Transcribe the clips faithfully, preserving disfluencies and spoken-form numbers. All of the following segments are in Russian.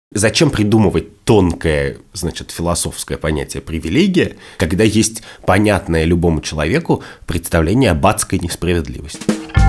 Зачем придумывать тонкое, значит, философское понятие привилегия, когда есть понятное любому человеку представление об адской несправедливости?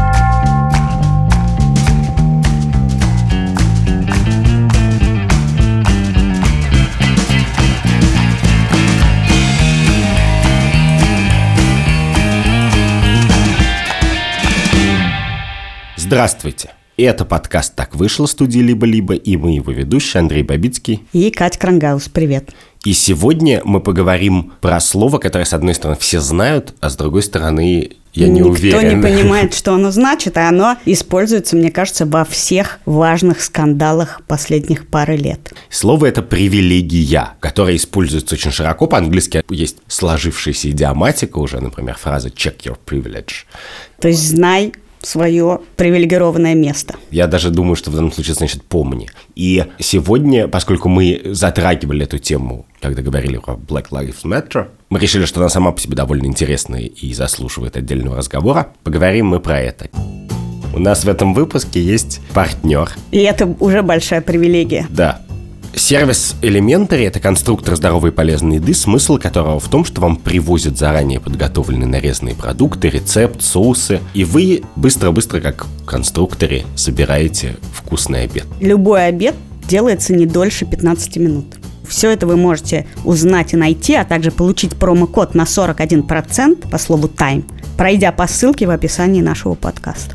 Здравствуйте! Это подкаст «Так вышло» студии «Либо-либо», и мы его ведущие Андрей Бабицкий и Катя Крангаус. Привет. И сегодня мы поговорим про слово, которое, с одной стороны, все знают, а с другой стороны, я не Никто уверен. Никто не понимает, что оно значит, а оно используется, мне кажется, во всех важных скандалах последних пары лет. Слово это «привилегия», которое используется очень широко. По-английски есть сложившаяся идиоматика уже, например, фраза «check your privilege». То есть знай свое привилегированное место. Я даже думаю, что в данном случае значит «помни». И сегодня, поскольку мы затрагивали эту тему, когда говорили про Black Lives Matter, мы решили, что она сама по себе довольно интересная и заслуживает отдельного разговора. Поговорим мы про это. У нас в этом выпуске есть партнер. И это уже большая привилегия. Да. Сервис Elementary – это конструктор здоровой и полезной еды, смысл которого в том, что вам привозят заранее подготовленные нарезанные продукты, рецепт, соусы, и вы быстро-быстро, как в конструкторе, собираете вкусный обед. Любой обед делается не дольше пятнадцати минут. Все это вы можете узнать и найти, а также получить промокод на сорок один процент по слову «time», пройдя по ссылке в описании нашего подкаста.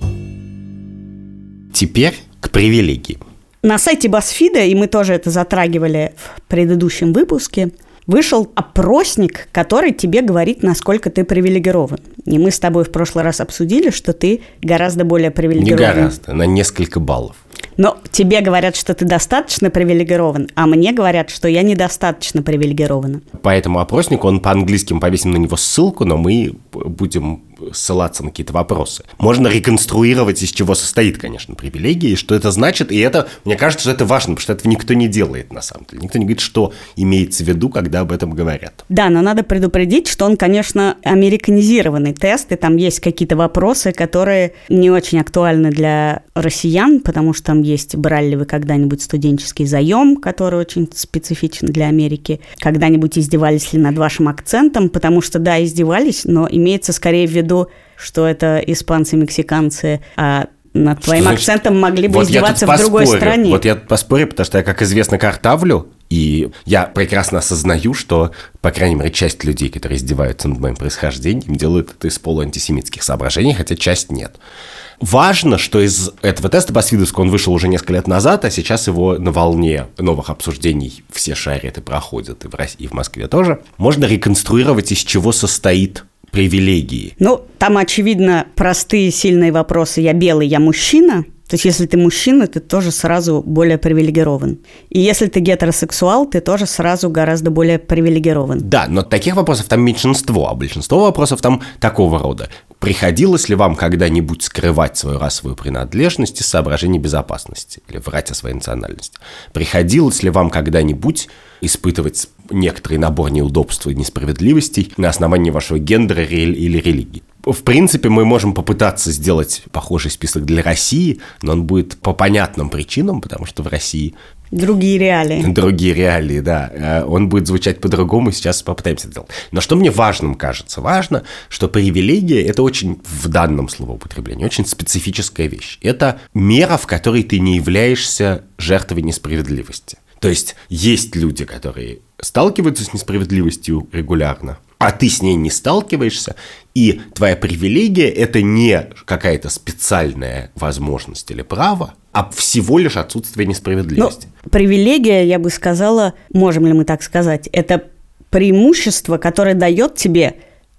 Теперь к привилегии. На сайте BuzzFeed, и мы тоже это затрагивали в предыдущем выпуске, вышел опросник, который тебе говорит, насколько ты привилегирован. И мы с тобой в прошлый раз обсудили, что ты гораздо более привилегирован. Не гораздо, на несколько баллов. Но тебе говорят, что ты достаточно привилегирован, а мне говорят, что я недостаточно привилегирована. По этому опроснику, он по-английски, мы повесим на него ссылку, но мы будем ссылаться на какие-то вопросы. Можно реконструировать, из чего состоит, конечно, привилегия, и что это значит, и это, мне кажется, что это важно, потому что этого никто не делает, на самом деле. Никто не говорит, что имеется в виду, когда об этом говорят. Да, но надо предупредить, что он, конечно, американизированный тест, и там есть какие-то вопросы, которые не очень актуальны для россиян, потому что там есть, брали ли вы когда-нибудь студенческий заем, который очень специфичен для Америки, когда-нибудь издевались ли над вашим акцентом, потому что, да, издевались, но имеется скорее в виду, что это испанцы, мексиканцы, а над твоим что, акцентом значит, могли бы вот издеваться в другой стране. Вот я тут поспорю, потому что я, как известно, картавлю, и я прекрасно осознаю, что, по крайней мере, часть людей, которые издеваются над моим происхождением, делают это из полуантисемитских соображений, хотя часть нет. Важно, что из этого теста BuzzFeed, он вышел уже несколько лет назад, а сейчас его на волне новых обсуждений все шарят и проходят, и в России, и в Москве тоже. Можно реконструировать, из чего состоит привилегии. Ну, там, очевидно, простые, сильные вопросы. Я белый, я мужчина. То есть, если ты мужчина, ты тоже сразу более привилегирован. И если ты гетеросексуал, ты тоже сразу гораздо более привилегирован. Да, но таких вопросов там меньшинство, а большинство вопросов там такого рода. Приходилось ли вам когда-нибудь скрывать свою расовую принадлежность из соображений безопасности или врать о своей национальности? Приходилось ли вам когда-нибудь испытывать некоторый набор неудобств и несправедливостей на основании вашего гендера или религии? В принципе, мы можем попытаться сделать похожий список для России, но он будет по понятным причинам, потому что в России другие реалии. Другие реалии, да. Он будет звучать по-другому, сейчас попытаемся это сделать. Но что мне важным кажется? Важно, что привилегия – это очень, в данном словоупотреблении, очень специфическая вещь. Это мера, в которой ты не являешься жертвой несправедливости. То есть, есть люди, которые сталкиваются с несправедливостью регулярно, а ты с ней не сталкиваешься, и твоя привилегия – это не какая-то специальная возможность или право, а всего лишь отсутствие несправедливости. Ну, привилегия, я бы сказала, можем ли мы так сказать, это преимущество, которое дает тебе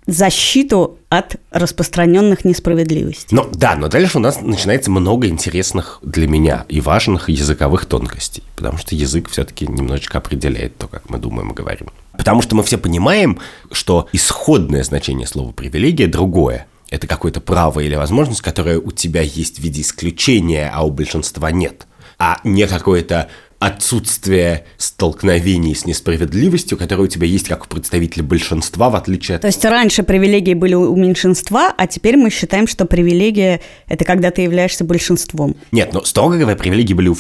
защиту от распространенных несправедливостей. Ну да, но дальше у нас начинается много интересных для меня и важных языковых тонкостей, потому что язык все-таки немножечко определяет то, как мы думаем и говорим. Потому что мы все понимаем, что исходное значение слова «привилегия» другое. Это какое-то право или возможность, которое у тебя есть в виде исключения, а у большинства нет. А не какое-то отсутствие столкновений с несправедливостью, которое у тебя есть как у представителя большинства, в отличие от... То есть раньше привилегии были у меньшинства, а теперь мы считаем, что привилегия – это когда ты являешься большинством. Нет, но, строго говоря, привилегии были у всех.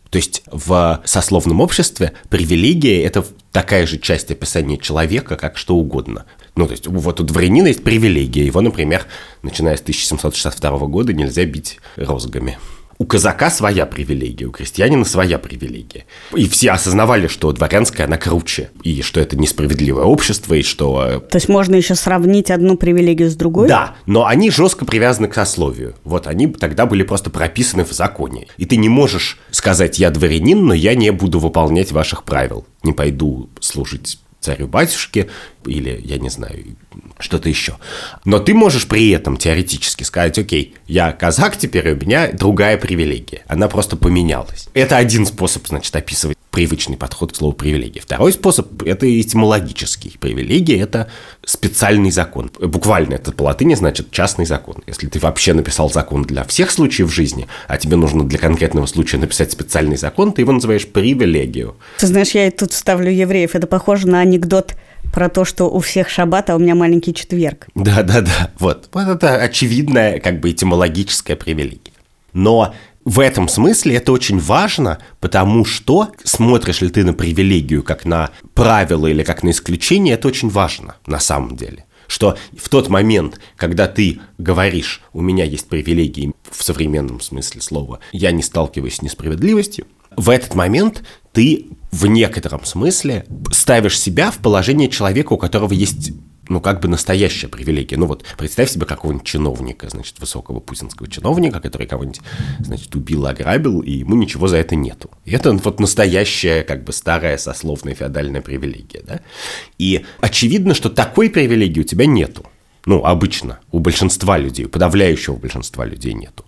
То есть в сословном обществе привилегия – это такая же часть описания человека, как что угодно. Ну, то есть вот у дворянина есть привилегия. Его, например, начиная с тысяча семьсот шестьдесят второго года нельзя бить розгами. У казака своя привилегия, у крестьянина своя привилегия. И все осознавали, что дворянская, она круче, и что это несправедливое общество, и что... То есть можно еще сравнить одну привилегию с другой? Да, но они жестко привязаны к сословию. Вот они тогда были просто прописаны в законе. И ты не можешь сказать: я дворянин, но я не буду выполнять ваших правил. Не пойду служить царю-батюшке или, я не знаю, что-то еще. Но ты можешь при этом теоретически сказать: окей, я казак теперь, у меня другая привилегия. Она просто поменялась. Это один способ, значит, описывать привычный подход к слову привилегия. Второй способ – это этимологический. Привилегия – это специальный закон. Буквально это по латыни значит частный закон. Если ты вообще написал закон для всех случаев жизни, а тебе нужно для конкретного случая написать специальный закон, ты его называешь привилегию. Ты знаешь, я тут ставлю евреев. Это похоже на анекдот про то, что у всех шаббат, а у меня маленький четверг. Да-да-да. Вот. Вот это очевидная, как бы, этимологическая привилегия. Но в этом смысле это очень важно, потому что смотришь ли ты на привилегию как на правило или как на исключение, это очень важно на самом деле. Что в тот момент, когда ты говоришь: у меня есть привилегии в современном смысле слова, я не сталкиваюсь с несправедливостью, в этот момент ты в некотором смысле ставишь себя в положение человека, у которого есть, ну, как бы настоящая привилегия. Ну, вот представь себе какого-нибудь чиновника, значит, высокого путинского чиновника, который кого-нибудь, значит, убил, ограбил, и ему ничего за это нету. И это вот настоящая, как бы, старая сословная феодальная привилегия, да? И очевидно, что такой привилегии у тебя нету. Ну, обычно у большинства людей, у подавляющего большинства людей нету.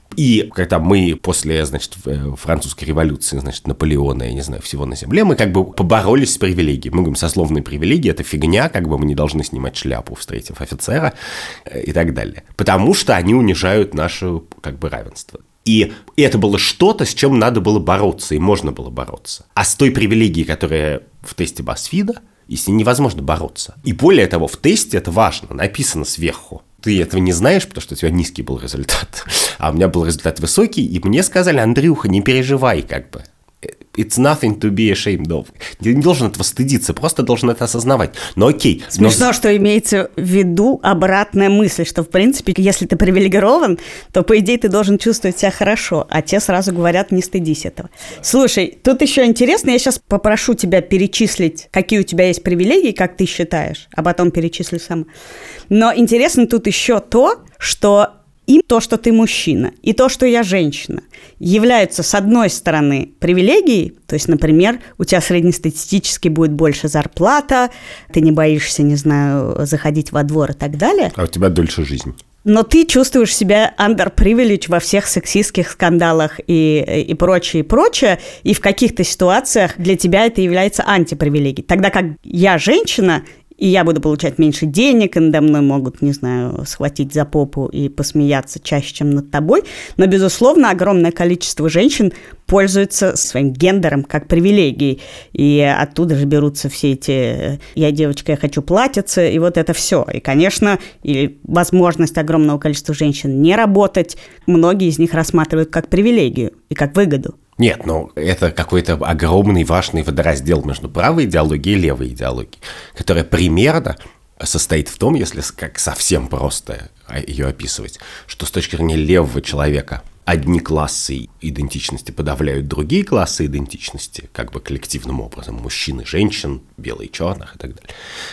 И когда мы после, значит, французской революции, значит, Наполеона, я не знаю, всего на земле, мы как бы поборолись с привилегией. Мы говорим: сословные привилегии – это фигня, как бы мы не должны снимать шляпу, встретив офицера и так далее. Потому что они унижают наше, как бы, равенство. И это было что-то, с чем надо было бороться, и можно было бороться. А с той привилегией, которая в тесте BuzzFeed, и с ней невозможно бороться. И более того, в тесте это важно, написано сверху. Ты этого не знаешь, потому что у тебя низкий был результат, а у меня был результат высокий, и мне сказали: Андрюха, не переживай, как бы. It's nothing to be ashamed of. Ты не должен этого стыдиться, просто должен это осознавать. Но окей. Смешно, но... что имеется в виду обратная мысль, что, в принципе, если ты привилегирован, то, по идее, ты должен чувствовать себя хорошо, а те сразу говорят: не стыдись этого. Слушай, тут еще интересно, я сейчас попрошу тебя перечислить, какие у тебя есть привилегии, как ты считаешь, а потом перечислю сам. Но интересно тут еще то, что и то, что ты мужчина, и то, что я женщина, являются, с одной стороны, привилегией, то есть, например, у тебя среднестатистически будет больше зарплата, ты не боишься, не знаю, заходить во двор и так далее. А у тебя дольше жизнь. Но ты чувствуешь себя underprivileged во всех сексистских скандалах и, и прочее, и прочее, и в каких-то ситуациях для тебя это является антипривилегией. Тогда как я женщина, и я буду получать меньше денег, и надо мной могут, не знаю, схватить за попу и посмеяться чаще, чем над тобой. Но, безусловно, огромное количество женщин пользуются своим гендером как привилегией. И оттуда же берутся все эти «я девочка, я хочу платьице», и вот это все. И, конечно, и возможность огромного количества женщин не работать, многие из них рассматривают как привилегию и как выгоду. Нет, ну это какой-то огромный важный водораздел между правой идеологией и левой идеологией, которая примерно состоит в том, если как совсем просто ее описывать, что с точки зрения левого человека одни классы идентичности подавляют другие классы идентичности, как бы коллективным образом, мужчин и женщин, белых и черных и так далее.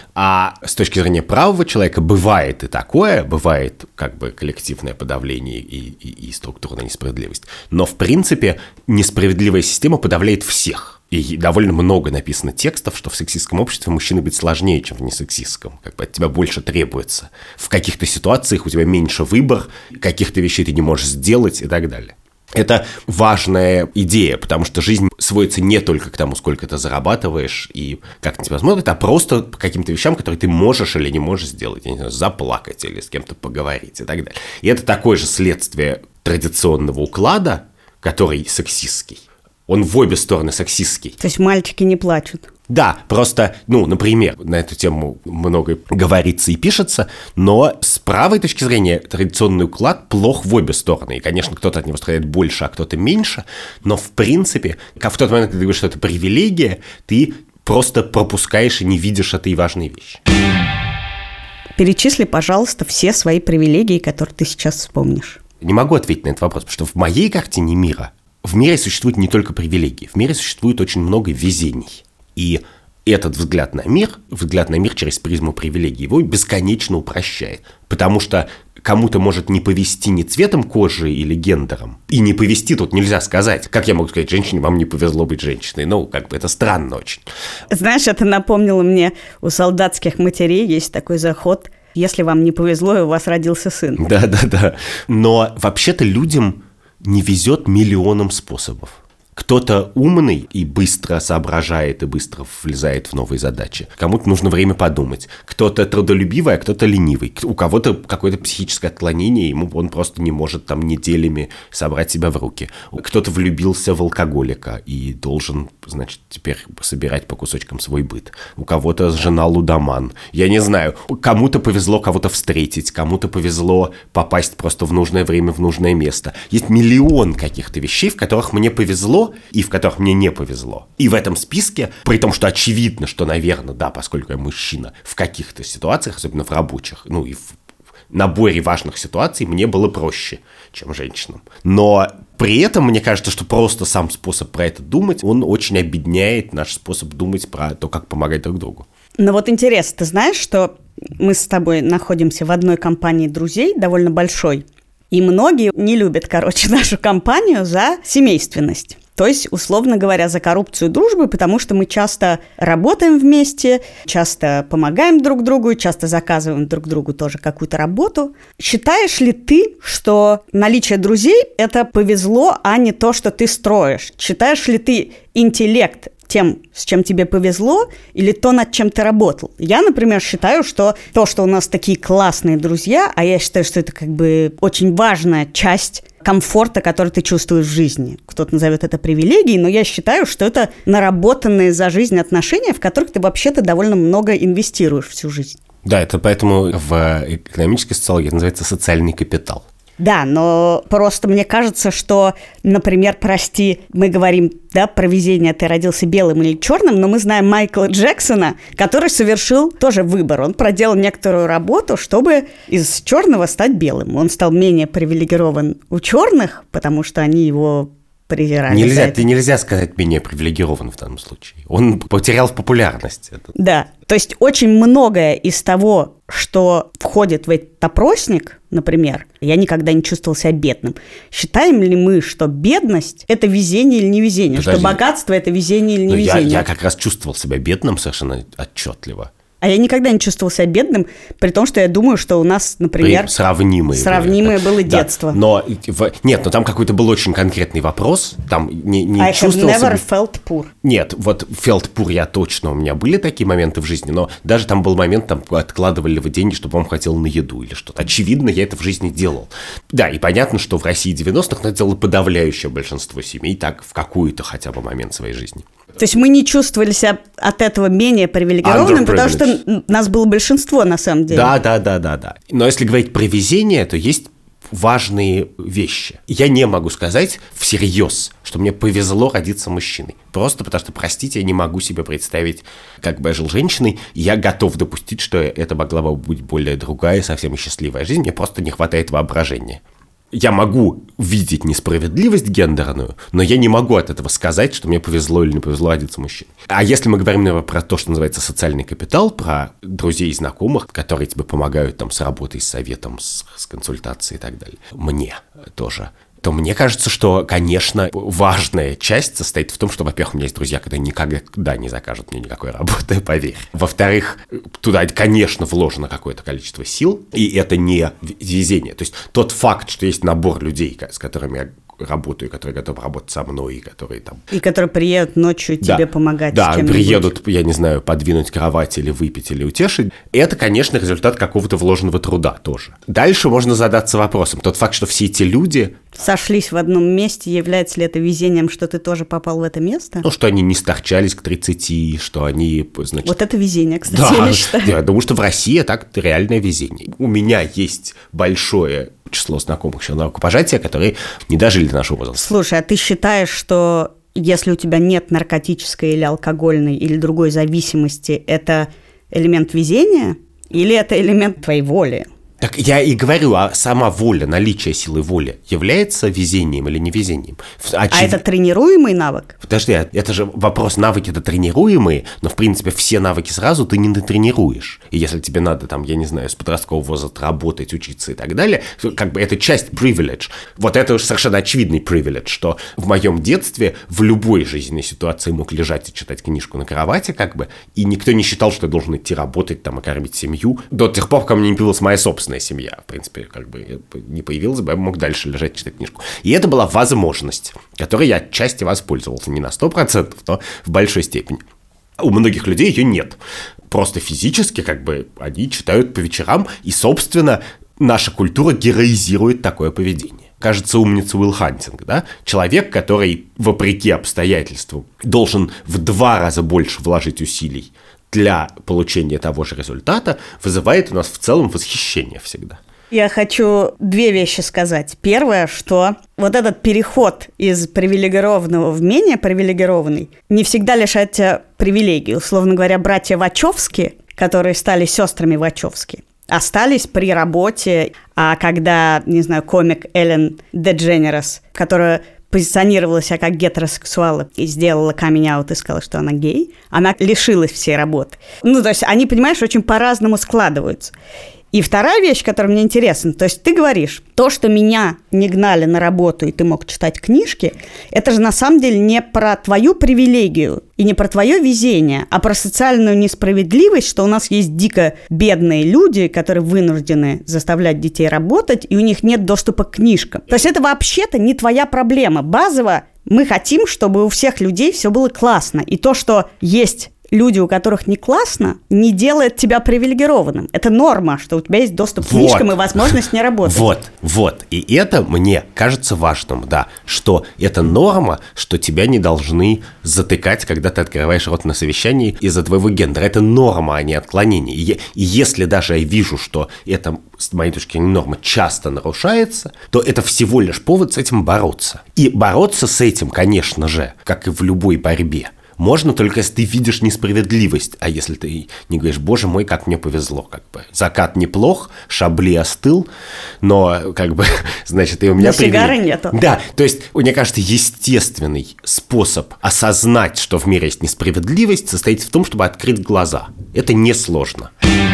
А с точки зрения правого человека бывает и такое, бывает как бы коллективное подавление и, и, и структурная несправедливость. Но в принципе несправедливая система подавляет всех. И довольно много написано текстов, что в сексистском обществе мужчине быть сложнее, чем в несексистском. Как бы от тебя больше требуется. В каких-то ситуациях у тебя меньше выбор, каких-то вещей ты не можешь сделать и так далее. Это важная идея, потому что жизнь сводится не только к тому, сколько ты зарабатываешь и как на тебя смотрят, а просто по каким-то вещам, которые ты можешь или не можешь сделать. Я не знаю, заплакать или с кем-то поговорить и так далее. И это такое же следствие традиционного уклада, который сексистский. Он в обе стороны сексистский. То есть мальчики не плачут? Да, просто, ну, например, на эту тему много говорится и пишется, но с правой точки зрения традиционный уклад плох в обе стороны. И, конечно, кто-то от него страдает больше, а кто-то меньше, но, в принципе, в тот момент, когда ты говоришь, что это привилегия, ты просто пропускаешь и не видишь этой важной вещи. Перечисли, пожалуйста, все свои привилегии, которые ты сейчас вспомнишь. Не могу ответить на этот вопрос, потому что в моей картине мира в мире существуют не только привилегии, в мире существует очень много везений. И этот взгляд на мир, взгляд на мир через призму привилегий, его бесконечно упрощает. Потому что кому-то может не повезти ни цветом кожи или гендером. И не повезти тут нельзя сказать. Как я могу сказать женщине, вам не повезло быть женщиной? Ну, как бы это странно очень. Знаешь, это напомнило мне, у солдатских матерей есть такой заход: если вам не повезло, и у вас родился сын. Да-да-да. Но вообще-то людям не везет миллионом способов. Кто-то умный и быстро соображает, и быстро влезает в новые задачи. Кому-то нужно время подумать. Кто-то трудолюбивый, а кто-то ленивый. У кого-то какое-то психическое отклонение, ему он просто не может там неделями собрать себя в руки. Кто-то влюбился в алкоголика и должен, значит, теперь собирать по кусочкам свой быт. У кого-то жена лудоман. Я не знаю, кому-то повезло кого-то встретить, кому-то повезло попасть просто в нужное время в нужное место. Есть миллион каких-то вещей, в которых мне повезло, и в которых мне не повезло. И в этом списке, при том, что очевидно, что, наверное, да, поскольку я мужчина, в каких-то ситуациях, особенно в рабочих, ну и в наборе важных ситуаций, мне было проще, чем женщинам. Но при этом, мне кажется, что просто сам способ про это думать, он очень обедняет наш способ думать про то, как помогать друг другу. Но вот интересно, ты знаешь, что мы с тобой находимся в одной компании друзей, довольно большой, и многие не любят, короче, нашу компанию за семейственность. То есть, условно говоря, за коррупцию дружбы, потому что мы часто работаем вместе, часто помогаем друг другу, часто заказываем друг другу тоже какую-то работу. Считаешь ли ты, что наличие друзей – это повезло, а не то, что ты строишь? Считаешь ли ты интеллект тем, с чем тебе повезло, или то, над чем ты работал? Я, например, считаю, что то, что у нас такие классные друзья, а я считаю, что это как бы очень важная часть комфорта, который ты чувствуешь в жизни. Кто-то назовет это привилегией, но я считаю, что это наработанные за жизнь отношения, в которых ты вообще-то довольно много инвестируешь всю жизнь. Да, это поэтому в экономической социологии это называется социальный капитал. Да, но просто мне кажется, что, например, прости, мы говорим, да, про везение, ты родился белым или черным, но мы знаем Майкла Джексона, который совершил тоже выбор. Он проделал некоторую работу, чтобы из черного стать белым. Он стал менее привилегирован у черных, потому что они его презирали. Нельзя, ты нельзя сказать менее привилегирован в данном случае. Он потерял в популярности. Да, то есть очень многое из того, что входит в этот опросник, например, я никогда не чувствовал себя бедным. Считаем ли мы, что бедность – это везение или невезение? Подожди. Что богатство – это везение или невезение? Я, я как раз чувствовал себя бедным совершенно отчетливо. А я никогда не чувствовал себя бедным, при том, что я думаю, что у нас, например, сравнимые, сравнимое были, было детство. Да, но в, нет, но там какой-то был очень конкретный вопрос. Там не, не I have never себя... felt poor. Нет, вот felt poor я точно, у меня были такие моменты в жизни, но даже там был момент, там откладывали вы деньги, чтобы вам хватило на еду или что-то. Очевидно, я это в жизни делал. Да, и понятно, что в России девяностых это делало подавляющее большинство семей так в какой-то хотя бы момент своей жизни. То есть мы не чувствовали себя от этого менее привилегированным, потому что нас было большинство на самом деле. Да, да, да, да, да. Но если говорить про везение, то есть важные вещи. Я не могу сказать всерьез, что мне повезло родиться мужчиной. Просто потому что, простите, я не могу себе представить, как бы я жил женщиной. Я готов допустить, что это могла бы быть более другая, совсем счастливая жизнь. Мне просто не хватает воображения. Я могу видеть несправедливость гендерную, но я не могу от этого сказать, что мне повезло или не повезло родиться мужчиной. А если мы говорим, наверное, про то, что называется социальный капитал, про друзей и знакомых, которые тебе помогают там, с работой, с советом, с, с консультацией и так далее, мне тоже, то мне кажется, что, конечно, важная часть состоит в том, что, во-первых, у меня есть друзья, которые никогда не закажут мне никакой работы, поверь. Во-вторых, туда, конечно, вложено какое-то количество сил, и это не везение. То есть тот факт, что есть набор людей, с которыми я работаю, которые готовы работать со мной, и которые там... И которые приедут ночью да, тебе помогать да, с чем-нибудь. Приедут, я не знаю, подвинуть кровать или выпить, или утешить. Это, конечно, результат какого-то вложенного труда тоже. Дальше можно задаться вопросом. Тот факт, что все эти люди сошлись в одном месте, является ли это везением, что ты тоже попал в это место? Ну, что они не сторчались к тридцати, что они, значит... Вот это везение, кстати, да, я считаю. Я думаю, что в России так реальное везение. У меня есть большое число знакомых членов рукопожатия, которые не дожили до нашего возраста. Слушай, а ты считаешь, что если у тебя нет наркотической или алкогольной или другой зависимости, это элемент везения или это элемент твоей воли? Так я и говорю, а сама воля, наличие силы воли является везением или невезением? Очев... А это тренируемый навык? Подожди, это же вопрос, навыки-то тренируемые, но, в принципе, все навыки сразу ты не натренируешь. И если тебе надо, там, я не знаю, с подросткового возраста работать, учиться и так далее, как бы это часть privilege. Вот это уж совершенно очевидный privilege, что в моем детстве в любой жизненной ситуации мог лежать и читать книжку на кровати, как бы, и никто не считал, что я должен идти работать, там, и кормить семью, до тех пор, пока мне не появилась моя собственная семья, в принципе, как бы не появилась бы, я мог дальше лежать, читать книжку. И это была возможность, которой я отчасти воспользовался. Не на сто процентов, но в большой степени. У многих людей ее нет. Просто физически, как бы, они читают по вечерам, и, собственно, наша культура героизирует такое поведение. Кажется, умница Уилл Хантинг, да? Человек, который, вопреки обстоятельствам, должен в два раза больше вложить усилий для получения того же результата, вызывает у нас в целом восхищение всегда. Я хочу две вещи сказать. Первое, что вот этот переход из привилегированного в менее привилегированный не всегда лишает тебя привилегий. Условно говоря, братья Вачовски, которые стали сестрами Вачовски, остались при работе, а когда, не знаю, комик Эллен Дедженерес, которая позиционировала себя как гетеросексуал и сделала каминг-аут и сказала, что она гей, она лишилась всей работы. Ну, то есть они, понимаешь, очень по-разному складываются. И вторая вещь, которая мне интересна, то есть ты говоришь, то, что меня не гнали на работу, и ты мог читать книжки, это же на самом деле не про твою привилегию и не про твое везение, а про социальную несправедливость, что у нас есть дико бедные люди, которые вынуждены заставлять детей работать, и у них нет доступа к книжкам. То есть это вообще-то не твоя проблема. Базово мы хотим, чтобы у всех людей все было классно. И то, что есть люди, у которых не классно, не делает тебя привилегированным. Это норма, что у тебя есть доступ к книжкам вот. И возможность не работать. Вот, вот. И это мне кажется важным, да, что это норма, что тебя не должны затыкать, когда ты открываешь рот на совещании из-за твоего гендера. Это норма, а не отклонение. И, и если даже я вижу, что это, с моей точки зрения, норма часто нарушается, то это всего лишь повод с этим бороться. И бороться с этим, конечно же, как и в любой борьбе, можно только, если ты видишь несправедливость. А если ты не говоришь, боже мой, как мне повезло, как бы. Закат неплох, Шабли остыл, но, как бы, значит, и у меня... Но сигары нету. Да, то есть, мне кажется, естественный способ осознать, что в мире есть несправедливость, состоит в том, чтобы открыть глаза. Это несложно.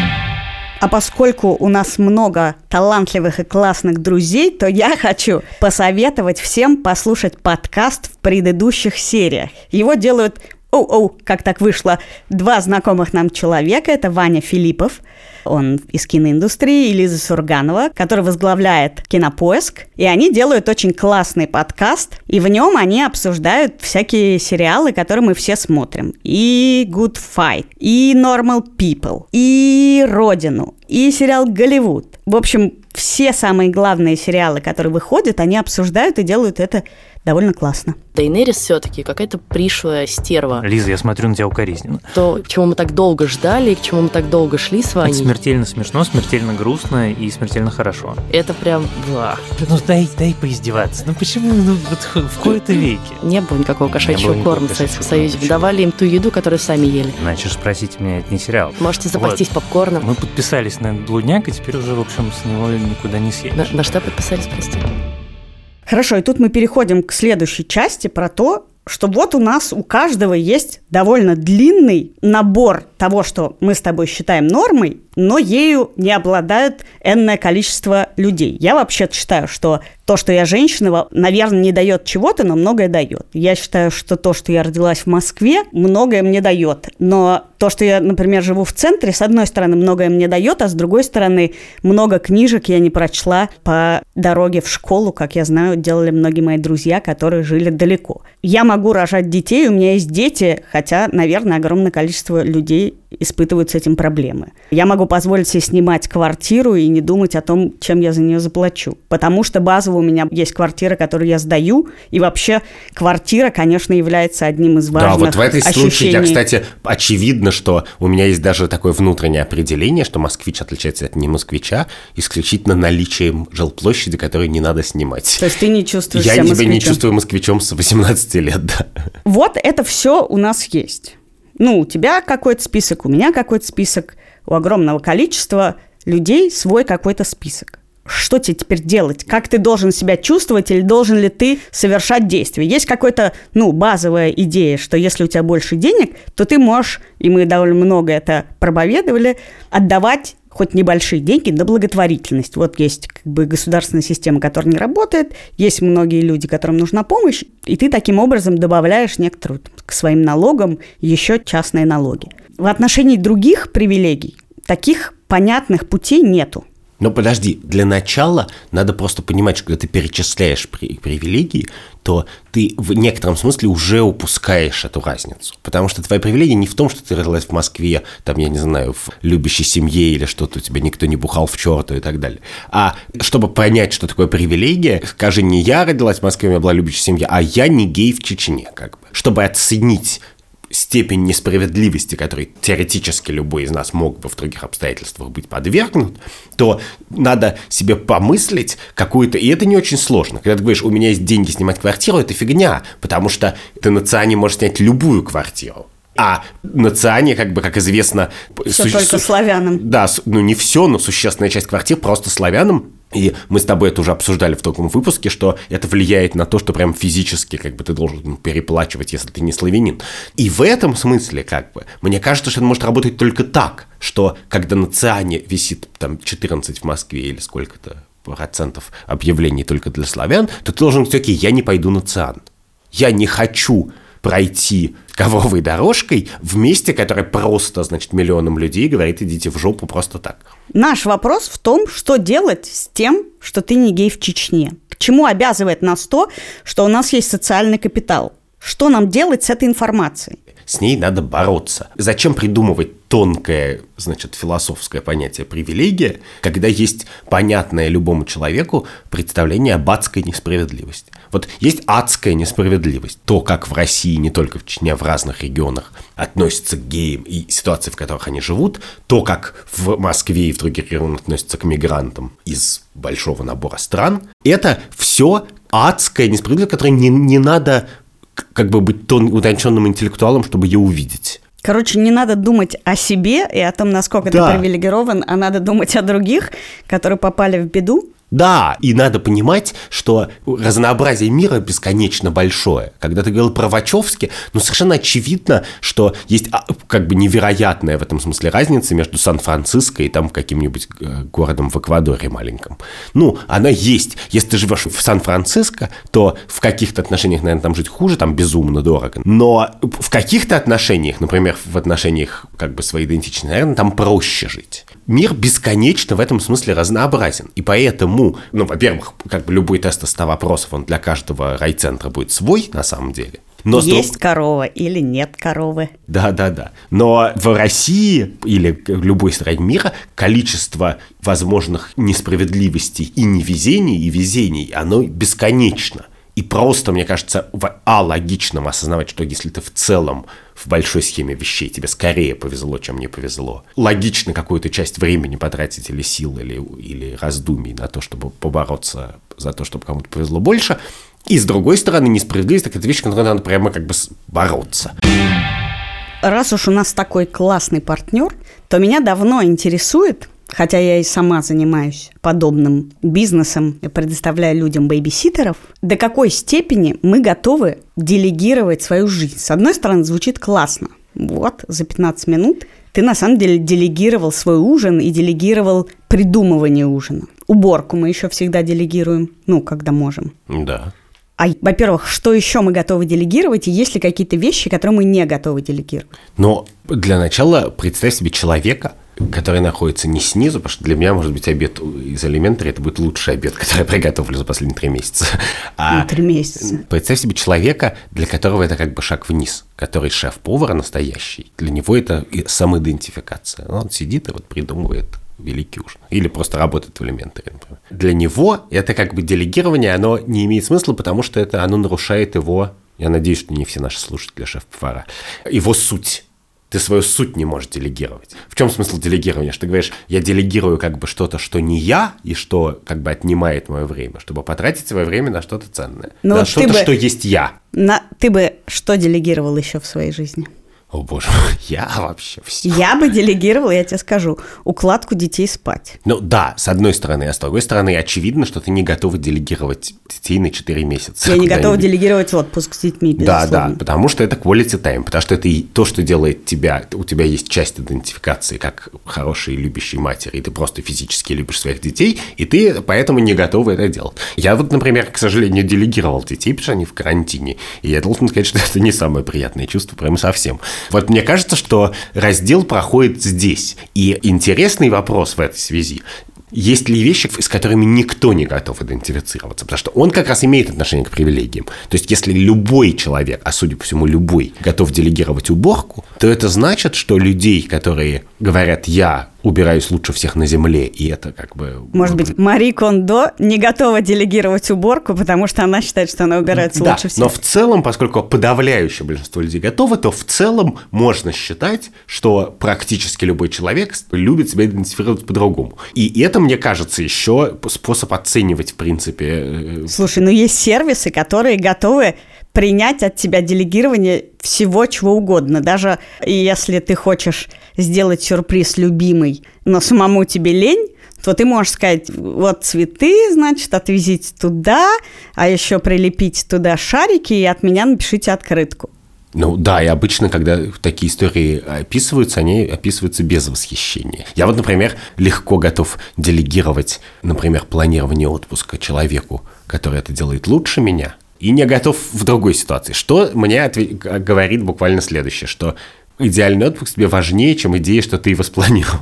А поскольку у нас много талантливых и классных друзей, то я хочу посоветовать всем послушать подкаст в предыдущих сериях. Его делают, оу-оу, как так вышло, два знакомых нам человека. Это Ваня Филиппов, он из киноиндустрии, и Лиза Сурганова, который возглавляет Кинопоиск. И они делают очень классный подкаст, и в нем они обсуждают всякие сериалы, которые мы все смотрим. И Good Fight, и Normal People, и Родину, и сериал «Голливуд». В общем, все самые главные сериалы, которые выходят, они обсуждают и делают это довольно классно. Дейнерис все-таки какая-то пришлая стерва. Лиза, я смотрю на тебя укоризненно. То, к чему мы так долго ждали, к чему мы так долго шли с Ваней. Это смертельно смешно, смертельно грустно и смертельно хорошо. Это прям... Бах. Ну дай, дай поиздеваться. Ну почему ну, вот, в кои-то веки? Не было никакого кошачьего корма в Советском Союзе. Давали им ту еду, которую сами ели. Значит, спросите меня, это не сериал. Можете запастись вот. попкорном. Мы подписались на блудняк, и теперь уже, в общем, с него никуда не съедешь. На, на что подписались, прости? Хорошо, и тут мы переходим к следующей части про то, что вот у нас у каждого есть довольно длинный набор того, что мы с тобой считаем нормой, но ею не обладают энное количество людей. Я вообще считаю, что то, что я женщина, наверное, не дает чего-то, но многое дает. Я считаю, что то, что я родилась в Москве, многое мне дает. Но то, что я, например, живу в центре, с одной стороны, многое мне дает, а с другой стороны, много книжек я не прочла по дороге в школу, как я знаю, делали многие мои друзья, которые жили далеко. Я могу рожать детей, у меня есть дети, хотя, наверное, огромное количество людей испытывают с этим проблемы. Я могу позволить себе снимать квартиру и не думать о том, чем я за нее заплачу. Потому что базово у меня есть квартира, которую я сдаю, и вообще квартира, конечно, является одним из важных ощущений. Да, вот в этой случае, я, кстати, очевидно, что у меня есть даже такое внутреннее определение, что москвич отличается от не москвича исключительно наличием жилплощади, которую не надо снимать. То есть ты не чувствуешь себя москвичом? Я себя не чувствую москвичом с восемнадцати лет, да. Вот это все у нас есть. Ну, у тебя какой-то список, у меня какой-то список, у огромного количества людей свой какой-то список. Что тебе теперь делать? Как ты должен себя чувствовать или должен ли ты совершать действия? Есть какая-то, ну, базовая идея, что если у тебя больше денег, то ты можешь, и мы довольно много это проповедовали, отдавать хоть небольшие деньги на благотворительность. Вот есть как бы государственная система, которая не работает, есть многие люди, которым нужна помощь, и ты таким образом добавляешь некоторую к своим налогам еще частные налоги. В отношении других привилегий таких понятных путей нету. Но подожди, для начала надо просто понимать, что когда ты перечисляешь при- привилегии, то ты в некотором смысле уже упускаешь эту разницу. Потому что твоя привилегия не в том, что ты родилась в Москве, там, я не знаю, в любящей семье или что-то, у тебя никто не бухал в черту и так далее. А чтобы понять, что такое привилегия, скажи, не я родилась в Москве, у меня была любящая семья, а я не гей в Чечне, как бы. Чтобы оценить степень несправедливости, которой теоретически любой из нас мог бы в других обстоятельствах быть подвергнут, то надо себе помыслить какую-то... И это не очень сложно. Когда ты говоришь, у меня есть деньги снимать квартиру, это фигня, потому что ты на ЦИАНе можешь снять любую квартиру. А на ЦИАНе, как бы, как известно... Все су- только су- славянам. Да, ну не все, но существенная часть квартир просто славянам. И мы с тобой это уже обсуждали в таком выпуске, что это влияет на то, что прям физически как бы ты должен переплачивать, если ты не славянин. И в этом смысле, как бы, мне кажется, что это может работать только так, что когда на ЦИАНе висит там четырнадцать в Москве или сколько-то процентов объявлений только для славян, то ты должен говорить, окей, я не пойду на ЦИАН. Я не хочу пройти ковровой дорожкой в месте, которое просто, значит, миллионам людей говорит, идите в жопу просто так. Наш вопрос в том, что делать с тем, что ты не гей в Чечне. К чему обязывает нас то, что у нас есть социальный капитал? Что нам делать с этой информацией? С ней надо бороться. Зачем придумывать тонкое, значит, философское понятие привилегия, когда есть понятное любому человеку представление об адской несправедливости? Вот есть адская несправедливость. То, как в России, не только в Чечне, а в разных регионах относятся к геям и ситуации, в которых они живут, то, как в Москве и в других регионах относятся к мигрантам из большого набора стран, это все адская несправедливость, которой не, не надо как бы быть тон, утонченным интеллектуалом, чтобы ее увидеть. Короче, не надо думать о себе и о том, насколько Да. ты привилегирован, а надо думать о других, которые попали в беду. Да, и надо понимать, что разнообразие мира бесконечно большое. Когда ты говорил про Вачовски, ну, совершенно очевидно, что есть как бы невероятная в этом смысле разница между Сан-Франциско и там каким-нибудь городом в Эквадоре маленьком. Ну, она есть. Если ты живешь в Сан-Франциско, то в каких-то отношениях, наверное, там жить хуже, там безумно дорого. Но в каких-то отношениях, например, в отношениях как бы своей идентичности, наверное, там проще жить. Мир бесконечно в этом смысле разнообразен. И поэтому, ну, во-первых, как бы любой тест из ста вопросов, он для каждого райцентра будет свой, на самом деле. Но есть друг... корова или нет коровы. Да-да-да. Но в России или в любой стране мира количество возможных несправедливостей и невезений, и везений, оно бесконечно. И просто, мне кажется, а, логичным осознавать, что если ты в целом в большой схеме вещей тебе скорее повезло, чем не повезло, логично какую-то часть времени потратить или сил, или, или раздумий на то, чтобы побороться за то, чтобы кому-то повезло больше. И с другой стороны, несправедливость – это вещь, которой надо прямо как бы бороться. Раз уж у нас такой классный партнер, то меня давно интересует, хотя я и сама занимаюсь подобным бизнесом, предоставляя людям бэйбиситеров, до какой степени мы готовы делегировать свою жизнь. С одной стороны, звучит классно. Вот, за пятнадцать минут ты на самом деле делегировал свой ужин и делегировал придумывание ужина. Уборку мы еще всегда делегируем, ну, когда можем. Да. А, во-первых, что еще мы готовы делегировать, и есть ли какие-то вещи, которые мы не готовы делегировать? Но для начала представь себе человека, который находится не снизу, потому что для меня, может быть, обед из Elementary это будет лучший обед, который я приготовлю за последние три месяца. А ну, три месяца. Представь себе человека, для которого это как бы шаг вниз, который шеф-повар настоящий. Для него это самоидентификация. Он сидит и вот придумывает великий ужин. Или просто работает в Elementary, например. Для него это как бы делегирование, оно не имеет смысла, потому что это оно нарушает его, я надеюсь, что не все наши слушатели шеф-повара, его суть. Ты свою суть не можешь делегировать. В чем смысл делегирования? Что ты говоришь, я делегирую как бы что-то, что не я, и что как бы отнимает мое время, чтобы потратить свое время на что-то ценное. Но на вот что-то, бы, что есть я. На, ты бы что делегировал еще в своей жизни? О, боже мой, я вообще все. Я бы делегировала, я тебе скажу, укладку детей спать. Ну да, с одной стороны, а с другой стороны, очевидно, что ты не готова делегировать детей на четыре месяца. Я не готова делегировать отпуск с детьми, безусловно. Да, да, да, потому что это quality time, потому что это и то, что делает тебя, у тебя есть часть идентификации как хорошей любящей матери, и ты просто физически любишь своих детей, и ты поэтому не готова это делать. Я вот, например, к сожалению, делегировал детей, потому что они в карантине, и я должен сказать, что это не самое приятное чувство, прямо совсем. Вот мне кажется, что раздел проходит здесь. И интересный вопрос в этой связи. Есть ли вещи, с которыми никто не готов идентифицироваться? Потому что он как раз имеет отношение к привилегиям. То есть, если любой человек, а судя по всему любой, готов делегировать уборку, то это значит, что людей, которые говорят «я убираюсь лучше всех на земле», и это как бы... Может быть, Мари Кондо не готова делегировать уборку, потому что она считает, что она убирается да, лучше всех. Но в целом, поскольку подавляющее большинство людей готовы, то в целом можно считать, что практически любой человек любит себя идентифицировать по-другому. И это, мне кажется, еще способ оценивать, в принципе... Слушай, ну есть сервисы, которые готовы принять от тебя делегирование всего чего угодно. Даже если ты хочешь сделать сюрприз любимый, но самому тебе лень, то ты можешь сказать, вот цветы, значит, отвезите туда, а еще прилепить туда шарики и от меня напишите открытку. Ну да, и обычно, когда такие истории описываются, они описываются без восхищения. Я вот, например, легко готов делегировать, например, планирование отпуска человеку, который это делает лучше меня, и не готов в другой ситуации. Что мне ответ... говорит буквально следующее, что идеальный отпуск тебе важнее, чем идея, что ты его спланировал.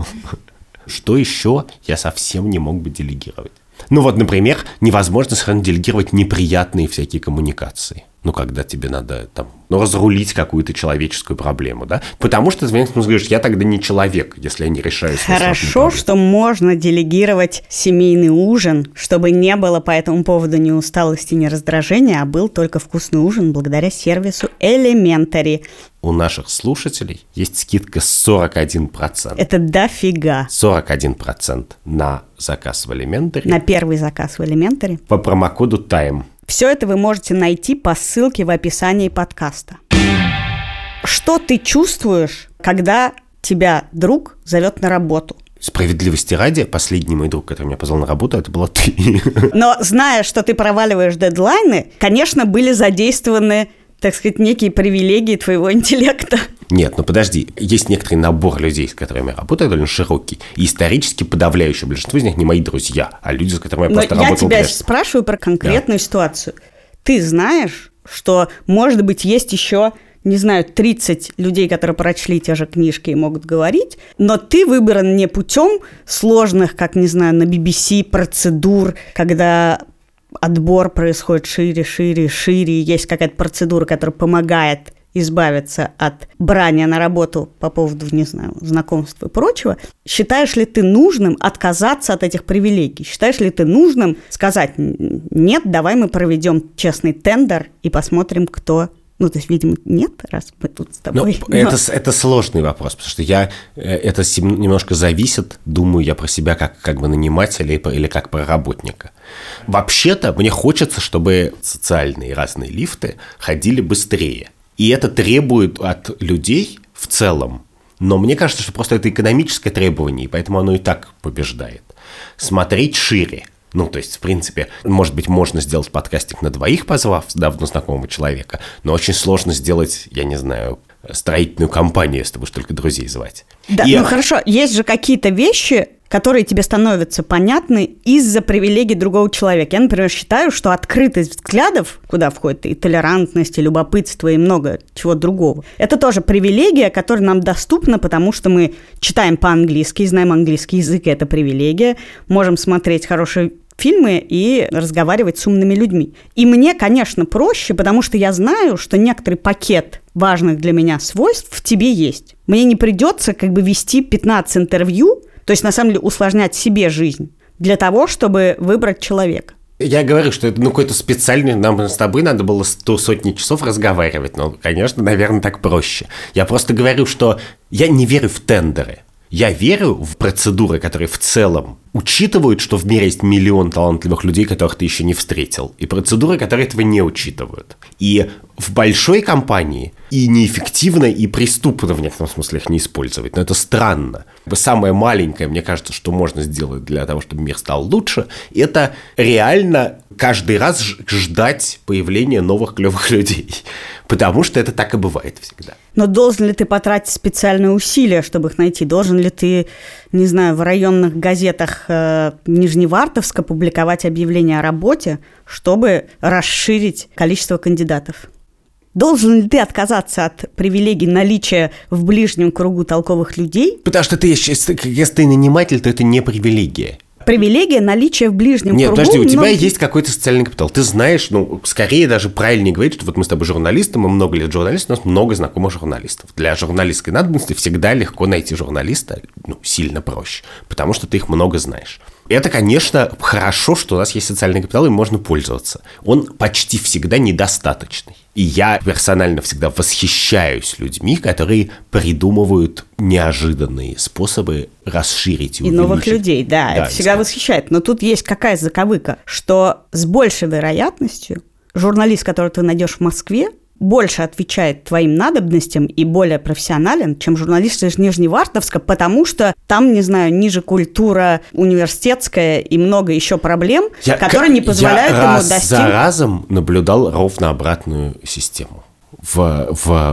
Что еще я совсем не мог бы делегировать? Ну вот, например, невозможно совершенно делегировать неприятные всякие коммуникации. Ну, когда тебе надо там, ну, разрулить какую-то человеческую проблему, да? Потому что, ты говоришь, я тогда не человек, если я не решаю свои Хорошо, что можно делегировать семейный ужин, чтобы не было по этому поводу ни усталости, ни раздражения, а был только вкусный ужин благодаря сервису Elementary. У наших слушателей есть скидка сорок один процент. Это дофига. сорок один процент на заказ в Elementary. На первый заказ в Elementary. По промокоду тайм. Все это вы можете найти по ссылке в описании подкаста. Что ты чувствуешь, когда тебя друг зовет на работу? Справедливости ради, последний мой друг, который меня позвал на работу, это была ты. Но зная, что ты проваливаешь дедлайны, конечно, были задействованы, так сказать, некие привилегии твоего интеллекта. Нет, ну подожди, есть некоторый набор людей, с которыми я работаю, довольно широкий, и исторически подавляющее большинство из них не мои друзья, а люди, с которыми я Но просто я работал. тебя прежде. спрашиваю про конкретную да. ситуацию. Ты знаешь, что, может быть, есть еще, не знаю, тридцать людей, которые прочли те же книжки и могут говорить, но ты выбран не путем сложных, как, не знаю, на би би си процедур, когда отбор происходит шире, шире, шире, есть какая-то процедура, которая помогает избавиться от брания на работу по поводу, не знаю, знакомств и прочего. Считаешь ли ты нужным отказаться от этих привилегий? Считаешь ли ты нужным сказать, нет, давай мы проведем честный тендер и посмотрим, кто... Ну, то есть, видимо, нет, раз мы тут с тобой. Но это, это сложный вопрос, потому что я, это немножко зависит, думаю я про себя как, как бы нанимателя или как про работника. Вообще-то мне хочется, чтобы социальные разные лифты ходили быстрее. И это требует от людей в целом. Но мне кажется, что просто это экономическое требование, и поэтому оно и так побеждает. Смотреть шире. Ну, то есть, в принципе, может быть, можно сделать подкастик на двоих, позвав давно знакомого человека, но очень сложно сделать, я не знаю, строительную компанию, если ты будешь только друзей звать. Да, и... ну хорошо, есть же какие-то вещи, которые тебе становятся понятны из-за привилегий другого человека. Я, например, считаю, что открытость взглядов, куда входит и толерантность, и любопытство, и много чего другого, это тоже привилегия, которая нам доступна, потому что мы читаем по-английски, знаем английский язык, это привилегия, можем смотреть хорошие фильмы и разговаривать с умными людьми. И мне, конечно, проще, потому что я знаю, что некоторый пакет важных для меня свойств в тебе есть. Мне не придется как бы вести пятнадцать интервью, то есть, на самом деле, усложнять себе жизнь для того, чтобы выбрать человека. Я говорю, что это ну, какой-то специальный... Нам с тобой надо было сто сотни часов разговаривать. Но, конечно, наверное, так проще. Я просто говорю, что я не верю в тендеры. Я верю в процедуры, которые в целом учитывают, что в мире есть миллион талантливых людей, которых ты еще не встретил, и процедуры, которые этого не учитывают. И в большой компании и неэффективно, и преступно в некотором смысле их не использовать. Но это странно. Самое маленькое, мне кажется, что можно сделать для того, чтобы мир стал лучше, это реально каждый раз ждать появления новых клевых людей. Потому что это так и бывает всегда. Но должен ли ты потратить специальные усилия, чтобы их найти? Должен ли ты, не знаю, в районных газетах э, Нижневартовска публиковать объявление о работе, чтобы расширить количество кандидатов? Должен ли ты отказаться от привилегий наличия в ближнем кругу толковых людей? Потому что ты, если ты наниматель, то это не привилегия. Привилегия наличия в ближнем Нет, кругу. Нет, подожди, у тебя многие... есть какой-то социальный капитал. Ты знаешь, ну, скорее даже правильнее говорить, что вот мы с тобой журналисты, мы много лет журналисты, у нас много знакомых журналистов. Для журналистской надобности всегда легко найти журналиста, ну, сильно проще, потому что ты их много знаешь. Это, конечно, хорошо, что у нас есть социальный капитал, и можно пользоваться. Он почти всегда недостаточный. И я персонально всегда восхищаюсь людьми, которые придумывают неожиданные способы расширить и, и новых людей, да, да это всегда искать. Восхищает. Но тут есть какая заковыка, что с большей вероятностью журналист, которого ты найдешь в Москве, больше отвечает твоим надобностям и более профессионален, чем журналист из Нижневартовска, потому что там, не знаю, ниже культура университетская и много еще проблем, я, которые не позволяют я ему раз достичь... за разом наблюдал ровно обратную систему. В,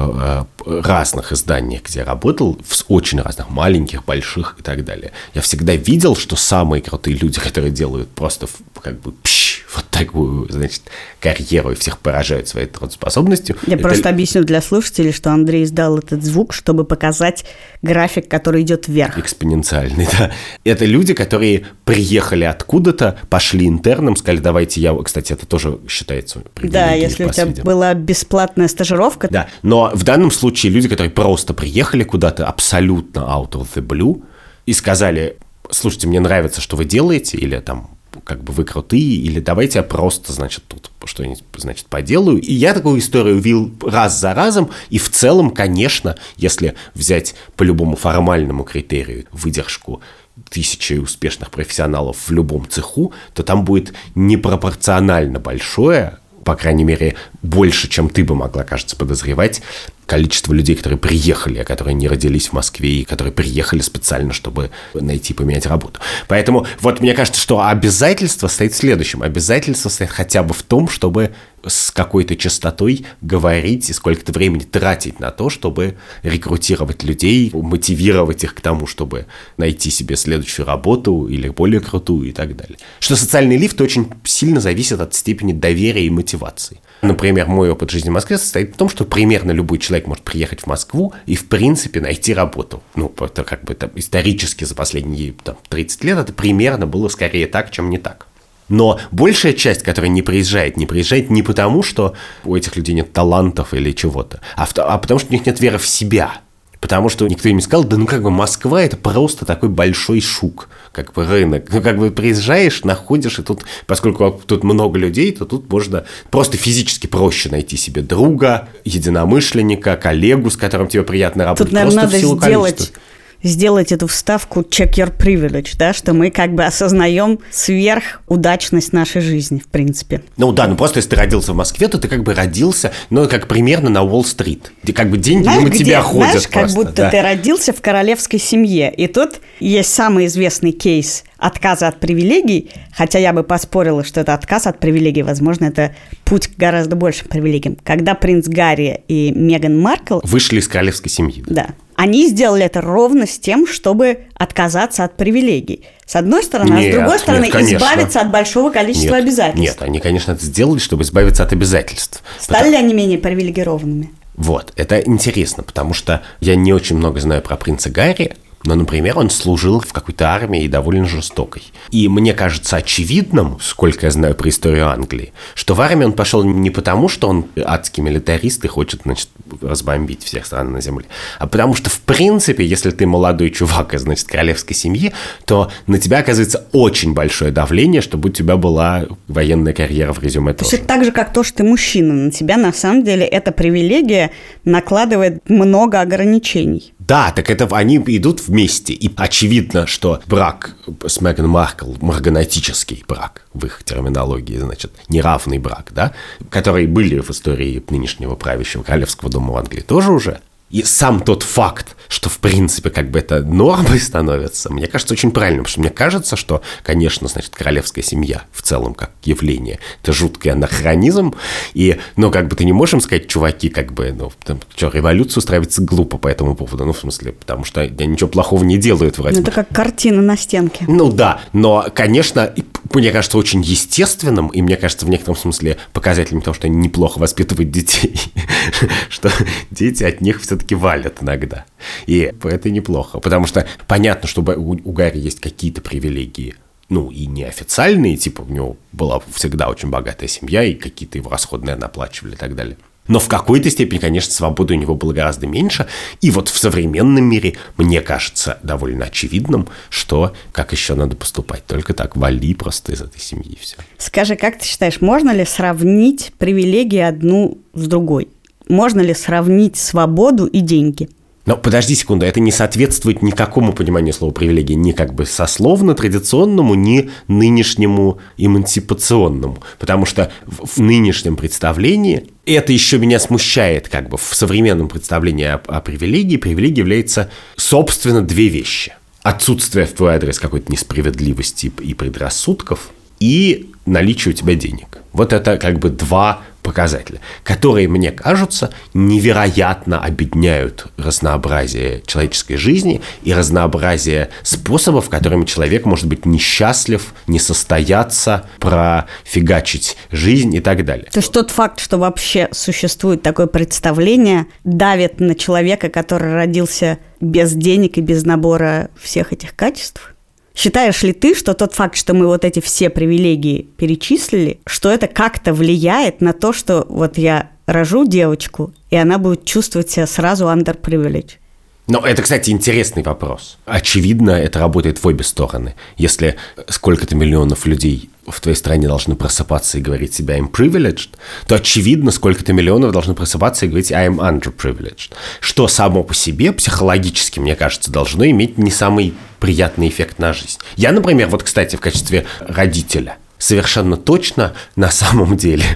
в э, разных изданиях, где я работал, в очень разных, маленьких, больших и так далее. Я всегда видел, что самые крутые люди, которые делают просто как бы пш, вот такую, значит, карьеру и всех поражают своей трудоспособностью. Я это... просто объясню для слушателей, что Андрей издал этот звук, чтобы показать график, который идет вверх. Экспоненциальный, да. Это люди, которые приехали откуда-то, пошли интерном, сказали, давайте я... Кстати, это тоже считается привилегией. Да, если у тебя была бесплатная стажировка. Да, но в данном случае люди, которые просто приехали куда-то абсолютно out of the blue и сказали, слушайте, мне нравится, что вы делаете, или там, как бы вы крутые, или давайте я просто, значит, тут что-нибудь, значит, поделаю. И я такую историю видел раз за разом, и в целом, конечно, если взять по любому формальному критерию выдержку тысячи успешных профессионалов в любом цеху, то там будет непропорционально большое, по крайней мере, больше, чем ты бы могла, кажется, подозревать, количество людей, которые приехали, а которые не родились в Москве и которые приехали специально, чтобы найти и поменять работу. Поэтому вот мне кажется, что обязательство стоит в следующем. Обязательство стоит хотя бы в том, чтобы с какой-то частотой говорить и сколько-то времени тратить на то, чтобы рекрутировать людей, мотивировать их к тому, чтобы найти себе следующую работу или более крутую и так далее. Что социальный лифт очень сильно зависит от степени доверия и мотивации. Например, мой опыт жизни в Москве состоит в том, что примерно любой человек может приехать в Москву и, в принципе, найти работу. Ну, это как бы там, исторически за последние там, тридцать лет это примерно было скорее так, чем не так. Но большая часть, которая не приезжает, не приезжает не потому, что у этих людей нет талантов или чего-то, а, в, а потому, что у них нет веры в себя. Потому что никто им не сказал, да ну как бы Москва – это просто такой большой шук, как бы рынок. Ну как бы приезжаешь, находишь, и тут, поскольку тут много людей, то тут можно просто физически проще найти себе друга, единомышленника, коллегу, с которым тебе приятно работать. Тут, наверное, надо сделать... сделать эту вставку check your privilege, да, что мы как бы осознаем сверхудачность нашей жизни, в принципе. Ну да, ну просто если ты родился в Москве, то ты как бы родился, ну, как примерно на Уолл-стрит. Где как бы деньги знаешь, мимо где, тебя ходят знаешь, как просто, будто да. ты родился в королевской семье. И тут есть самый известный кейс отказа от привилегий, хотя я бы поспорила, что это отказ от привилегий, возможно, это путь к гораздо большим привилегиям. Когда принц Гарри и Меган Маркл вышли из королевской семьи. Да. Они сделали это ровно с тем, чтобы отказаться от привилегий. С одной стороны, нет, а с другой стороны, нет, избавиться от большого количества нет, обязательств. Нет, они, конечно, это сделали, чтобы избавиться от обязательств. Стали потому... ли они менее привилегированными? Вот, это интересно, потому что я не очень много знаю про принца Гарри, но, например, он служил в какой-то армии и довольно жестокой. И мне кажется очевидным, сколько я знаю про историю Англии, что в армию он пошел не потому, что он адский милитарист и хочет, значит, разбомбить всех стран на земле, а потому что, в принципе, если ты молодой чувак из, значит, королевской семьи, то на тебя оказывается очень большое давление, чтобы у тебя была военная карьера в резюме то тоже. То есть это так же, как то, что ты мужчина. На тебя, на самом деле, эта привилегия накладывает много ограничений. Да, так это они идут вместе. И очевидно, что брак с Меган Маркл, марганатический брак в их терминологии, значит, неравный брак, да, которые были в истории нынешнего правящего королевского дома в Англии, тоже уже. И сам тот факт, что, в принципе, как бы это нормой становится, мне кажется, очень правильным, потому что мне кажется, что, конечно, значит, королевская семья в целом как явление – это жуткий анахронизм, и, ну, как бы ты не можешь им сказать, чуваки, как бы, ну, там, что, революцию устраивается глупо по этому поводу, ну, в смысле, потому что ничего плохого не делают вроде бы. Ну, это как картина на стенке. Ну, да, но, конечно, мне кажется, очень естественным, и, мне кажется, в некотором смысле показателем того, что они неплохо воспитывают детей, что дети от них все-таки валят иногда. И это неплохо, потому что понятно, что у Гарри есть какие-то привилегии, ну, и неофициальные, типа у него была всегда очень богатая семья, и какие-то его расходы, наверное, оплачивали и так далее. Но в какой-то степени, конечно, свободы у него было гораздо меньше. И вот в современном мире, мне кажется, довольно очевидным, что как еще надо поступать. Только так, вали просто из этой семьи и все. Скажи, как ты считаешь, можно ли сравнить привилегии одну с другой? Можно ли сравнить свободу и деньги? Но подожди секунду, это не соответствует никакому пониманию слова привилегии, ни как бы сословно-традиционному, ни нынешнему эмансипационному. Потому что в, в нынешнем представлении, это еще меня смущает, как бы в современном представлении о, о привилегии, привилегия является, собственно, две вещи. Отсутствие в твой адрес какой-то несправедливости и предрассудков и наличие у тебя денег. Вот это как бы два показателя, которые, мне кажутся, невероятно обедняют разнообразие человеческой жизни и разнообразие способов, которыми человек может быть несчастлив, не состояться, профигачить жизнь и так далее. То есть тот факт, что вообще существует такое представление, давит на человека, который родился без денег и без набора всех этих качеств? Считаешь ли ты, что тот факт, что мы вот эти все привилегии перечислили, что это как-то влияет на то, что вот я рожу девочку, и она будет чувствовать себя сразу underprivileged? Но это, кстати, интересный вопрос. Очевидно, это работает в обе стороны. Если сколько-то миллионов людей в твоей стране должны просыпаться и говорить себя I'm privileged, то очевидно, сколько-то миллионов должны просыпаться и говорить I'm underprivileged. Что само по себе психологически, мне кажется, должно иметь не самый приятный эффект на жизнь. Я, например, вот, кстати, в качестве родителя совершенно точно на самом деле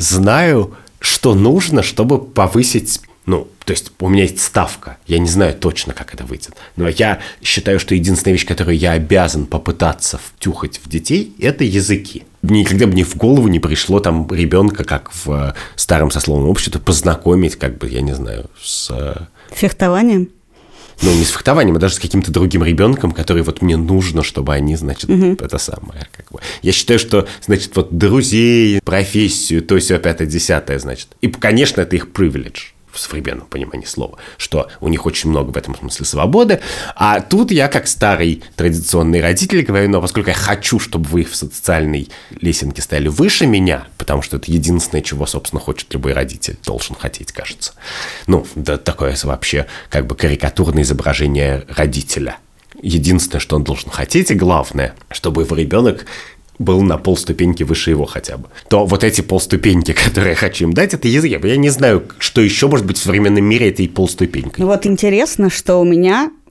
знаю, что нужно, чтобы повысить... Ну, то есть у меня есть ставка, я не знаю точно, как это выйдет, но я считаю, что единственная вещь, которую я обязан попытаться втюхать в детей, это языки. Никогда бы мне в голову не пришло там ребенка, как в старом сословном обществе, познакомить, как бы, я не знаю, с... Фехтованием? Ну, не с фехтованием, а даже с каким-то другим ребенком, который вот мне нужно, чтобы они, значит, угу. это самое, как бы. Я считаю, что, значит, вот друзей, профессию, то все пятое-десятое, значит. И, конечно, это их privilege. В современном понимании слова, что у них очень много в этом смысле свободы. А тут я, как старый традиционный родитель, говорю, ну, поскольку я хочу, чтобы вы в социальной лесенке стояли выше меня, потому что это единственное, чего, собственно, хочет любой родитель, должен хотеть, кажется. Ну, да, такое вообще как бы карикатурное изображение родителя. Единственное, что он должен хотеть, и главное, чтобы его ребенок был на полступеньки выше его хотя бы, то вот эти полступеньки, которые я хочу им дать, это язык. Я не знаю, что еще может быть в современном мире этой полступенькой. Ну вот интересно, что у меня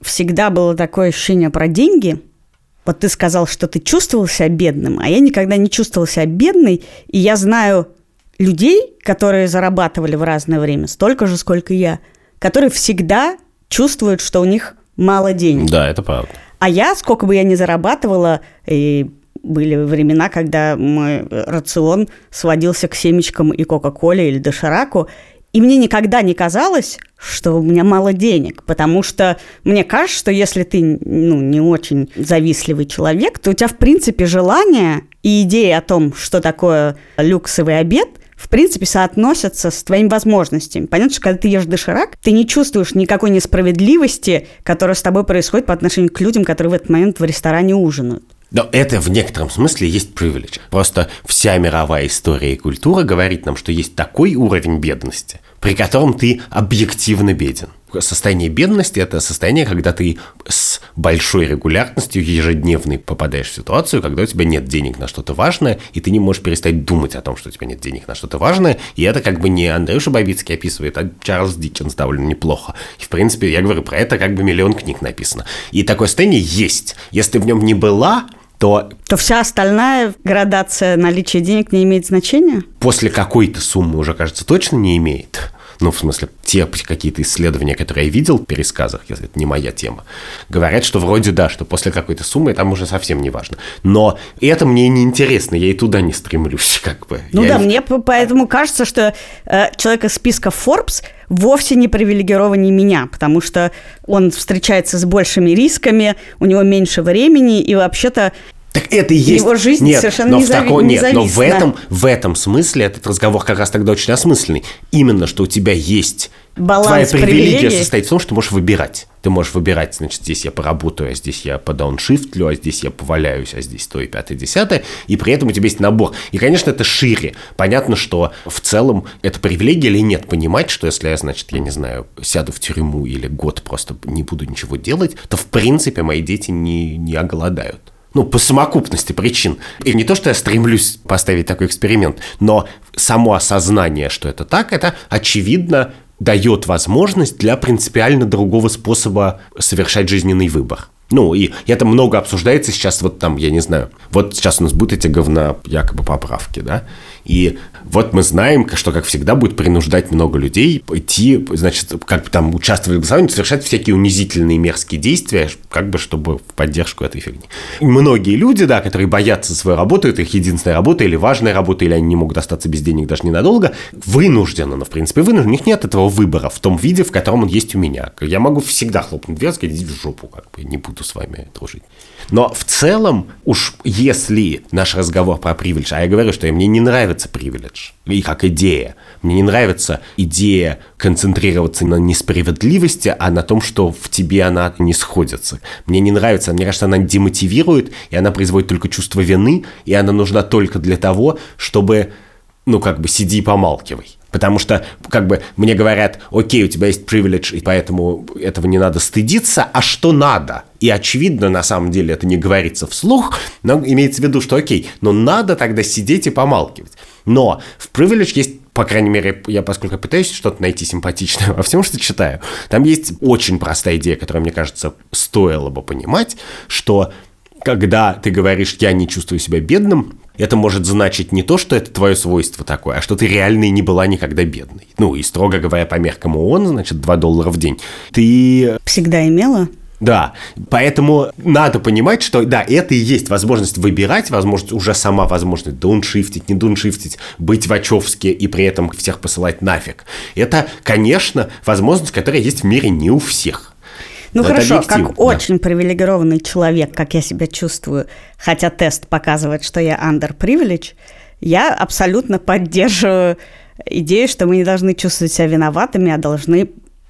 всегда было такое ощущение про деньги. Вот ты сказал, что ты чувствовал себя бедным, а я никогда не чувствовал себя бедной, и я знаю людей, которые зарабатывали в разное время столько же, сколько я, которые всегда чувствуют, что у них мало денег. Да, это правда. А я, сколько бы я ни зарабатывала, и были времена, когда мой рацион сводился к семечкам и кока-коле или дошираку, и мне никогда не казалось, что у меня мало денег, потому что мне кажется, что если ты ну, не очень завистливый человек, то у тебя, в принципе, желание и идея о том, что такое люксовый обед, в принципе, соотносятся с твоими возможностями. Понятно, что когда ты ешь доширак, ты не чувствуешь никакой несправедливости, которая с тобой происходит по отношению к людям, которые в этот момент в ресторане ужинают. Но это в некотором смысле есть привилегия. Просто вся мировая история и культура говорит нам, что есть такой уровень бедности, при котором ты объективно беден. Состояние бедности – это состояние, когда ты с большой регулярностью ежедневной попадаешь в ситуацию, когда у тебя нет денег на что-то важное, и ты не можешь перестать думать о том, что у тебя нет денег на что-то важное. И это как бы не Андрюша Бабицкий описывает, а Чарльз Диккенс довольно неплохо. И, в принципе, я говорю, про это как бы миллион книг написано. И такое состояние есть. Если в нем не была, то... То вся остальная градация наличия денег не имеет значения? После какой-то суммы уже, кажется, точно не имеет. Ну, в смысле, те какие-то исследования, которые я видел в пересказах, если это не моя тема, говорят, что вроде да, что после какой-то суммы там уже совсем не важно. Но это мне не интересно, я и туда не стремлюсь, как бы. Ну я да, и... мне поэтому кажется, что э, человек из списка Forbes вовсе не привилегированнее меня, потому что он встречается с большими рисками, у него меньше времени, и вообще-то так это и есть. Его жизнь нет, совершенно но не в тако... зави... Нет, но в этом, в этом смысле этот разговор как раз тогда очень осмысленный. Именно, что у тебя есть... Баланс Твоя привилегия привилегий состоит в том, что ты можешь выбирать. Ты можешь выбирать, значит, здесь я поработаю, а здесь я подауншифтлю, а здесь я поваляюсь, а здесь то и пятое, десятое, и при этом у тебя есть набор. И, конечно, это шире. Понятно, что в целом это привилегия или нет понимать, что если я, значит, я не знаю, сяду в тюрьму или год просто не буду ничего делать, то, в принципе, мои дети не, не оголодают. Ну, по совокупности причин. И не то, что я стремлюсь поставить такой эксперимент, но само осознание, что это так, это, очевидно, дает возможность для принципиально другого способа совершать жизненный выбор. Ну, и это много обсуждается сейчас, вот там, я не знаю, вот сейчас у нас будут эти говна якобы поправки, да, и вот мы знаем, что, как всегда, будет принуждать много людей идти, значит, как бы там участвовать в голосовании, совершать всякие унизительные мерзкие действия, как бы, чтобы в поддержку этой фигни. И многие люди, да, которые боятся свою работу, это их единственная работа или важная работа, или они не могут остаться без денег даже ненадолго, вынуждены, но, в принципе, вынуждены, у них нет этого выбора в том виде, в котором он есть у меня. Я могу всегда хлопнуть дверь и сказать, иди в жопу, как бы, не буду с вами дружить. Но в целом, уж если наш разговор про привилегь, а я говорю, что мне не нравится привилегь, и как идея, мне не нравится идея концентрироваться на несправедливости, а на том, что в тебе она не сходится. Мне не нравится, мне кажется, она демотивирует, и она производит только чувство вины, и она нужна только для того, чтобы, ну, как бы, сиди и помалкивай. Потому что, как бы, мне говорят, окей, у тебя есть привилегь, и поэтому этого не надо стыдиться, а что надо? И, очевидно, на самом деле это не говорится вслух, но имеется в виду, что окей, но надо тогда сидеть и помалкивать. Но в привилегь есть, по крайней мере, я, поскольку пытаюсь что-то найти симпатичное во всем, что читаю, там есть очень простая идея, которую, мне кажется, стоило бы понимать, что когда ты говоришь «я не чувствую себя бедным», это может значить не то, что это твое свойство такое, а что ты реально не была никогда бедной. Ну, и, строго говоря, по меркам ООН, значит, два доллара в день. Ты... Всегда имела? Да, поэтому надо понимать, что, да, это и есть возможность выбирать, возможность, уже сама возможность дауншифтить, не дауншифтить, быть вачовски и при этом всех посылать нафиг. Это, конечно, возможность, которая есть в мире не у всех. Ну это хорошо, объектив, как да. очень привилегированный человек, как я себя чувствую, хотя тест показывает, что я underprivileged, я абсолютно поддерживаю идею, что мы не должны чувствовать себя виноватыми, а должны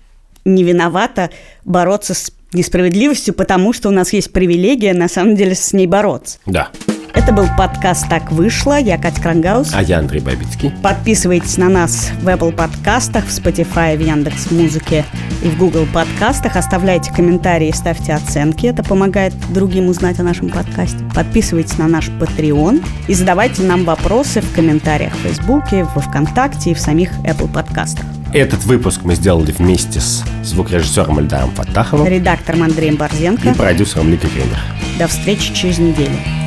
не виновато бороться с несправедливостью, потому что у нас есть привилегия, на самом деле, с ней бороться. Да. Это был подкаст «Так вышло». Я Катя Крангаус. А я Андрей Бабицкий. Подписывайтесь на нас в Apple подкастах, в Spotify, в Яндекс.Музыке и в Google подкастах. Оставляйте комментарии, ставьте оценки. Это помогает другим узнать о нашем подкасте. Подписывайтесь на наш Patreon и задавайте нам вопросы в комментариях в Фейсбуке, во Вконтакте и в самих Apple подкастах. Этот выпуск мы сделали вместе с звукорежиссером Эльдаром Фаттаховым, редактором Андреем Борзенко и продюсером Ликой Кремер. До встречи через неделю.